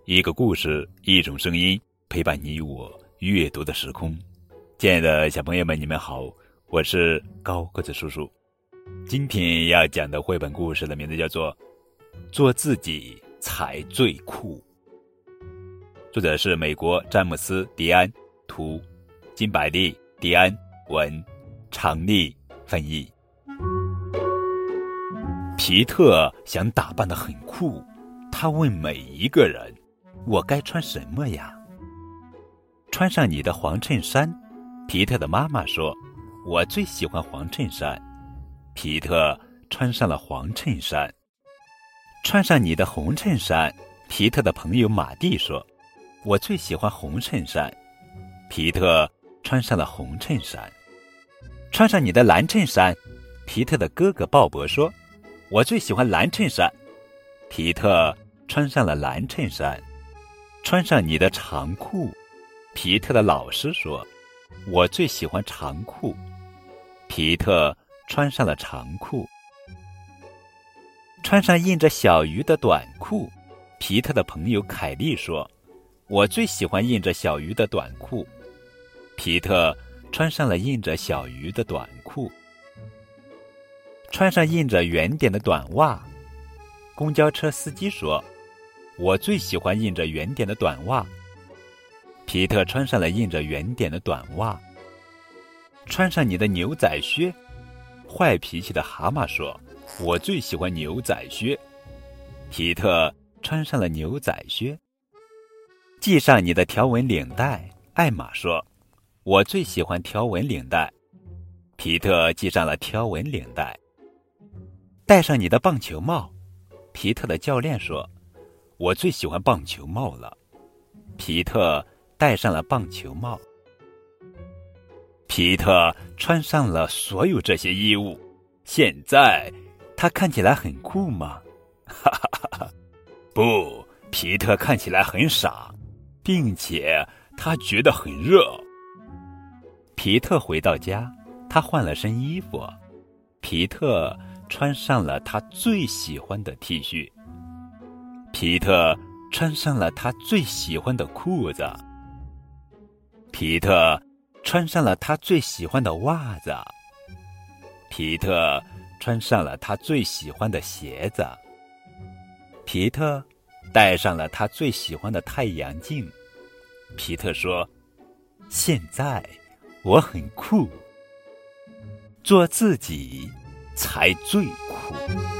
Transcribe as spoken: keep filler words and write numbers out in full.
一个故事，一种声音，陪伴你我阅读的时空。亲爱的小朋友们，你们好，我是高个子叔叔。今天要讲的绘本故事的名字叫做《做自己才最酷》，作者是美国詹姆斯·迪安，图金百利、迪安文，常丽翻译。皮特想打扮得很酷，他问每一个人：我该穿什么呀？穿上你的黄衬衫。皮特的妈妈说：我最喜欢黄衬衫。皮特穿上了黄衬衫。穿上你的红衬衫。皮特的朋友马蒂说：我最喜欢红衬衫。皮特穿上了红衬衫。穿上你的蓝衬衫。皮特的哥哥鲍勃说：我最喜欢蓝衬衫。皮特穿上了蓝衬衫。穿上你的长裤。皮特的老师说：我最喜欢长裤。皮特穿上了长裤。穿上印着小鱼的短裤。皮特的朋友凯莉说：我最喜欢印着小鱼的短裤。皮特穿上了印着小鱼的短裤。穿上印着圆点的短袜。公交车司机说：我最喜欢印着圆点的短袜。皮特穿上了印着圆点的短袜。穿上你的牛仔靴。坏脾气的蛤蟆说：我最喜欢牛仔靴。皮特穿上了牛仔靴。系上你的条纹领带。艾玛说：我最喜欢条纹领带。皮特系上了条纹领带。戴上你的棒球帽。皮特的教练说：我最喜欢棒球帽了。皮特戴上了棒球帽。皮特穿上了所有这些衣物，现在他看起来很酷吗？哈哈哈哈！不，皮特看起来很傻，并且他觉得很热。皮特回到家，他换了身衣服。皮特穿上了他最喜欢的 T 恤。皮特穿上了他最喜欢的裤子。皮特穿上了他最喜欢的袜子。皮特穿上了他最喜欢的鞋子。皮特戴上了他最喜欢的太阳镜。皮特说：现在我很酷，做自己才最酷。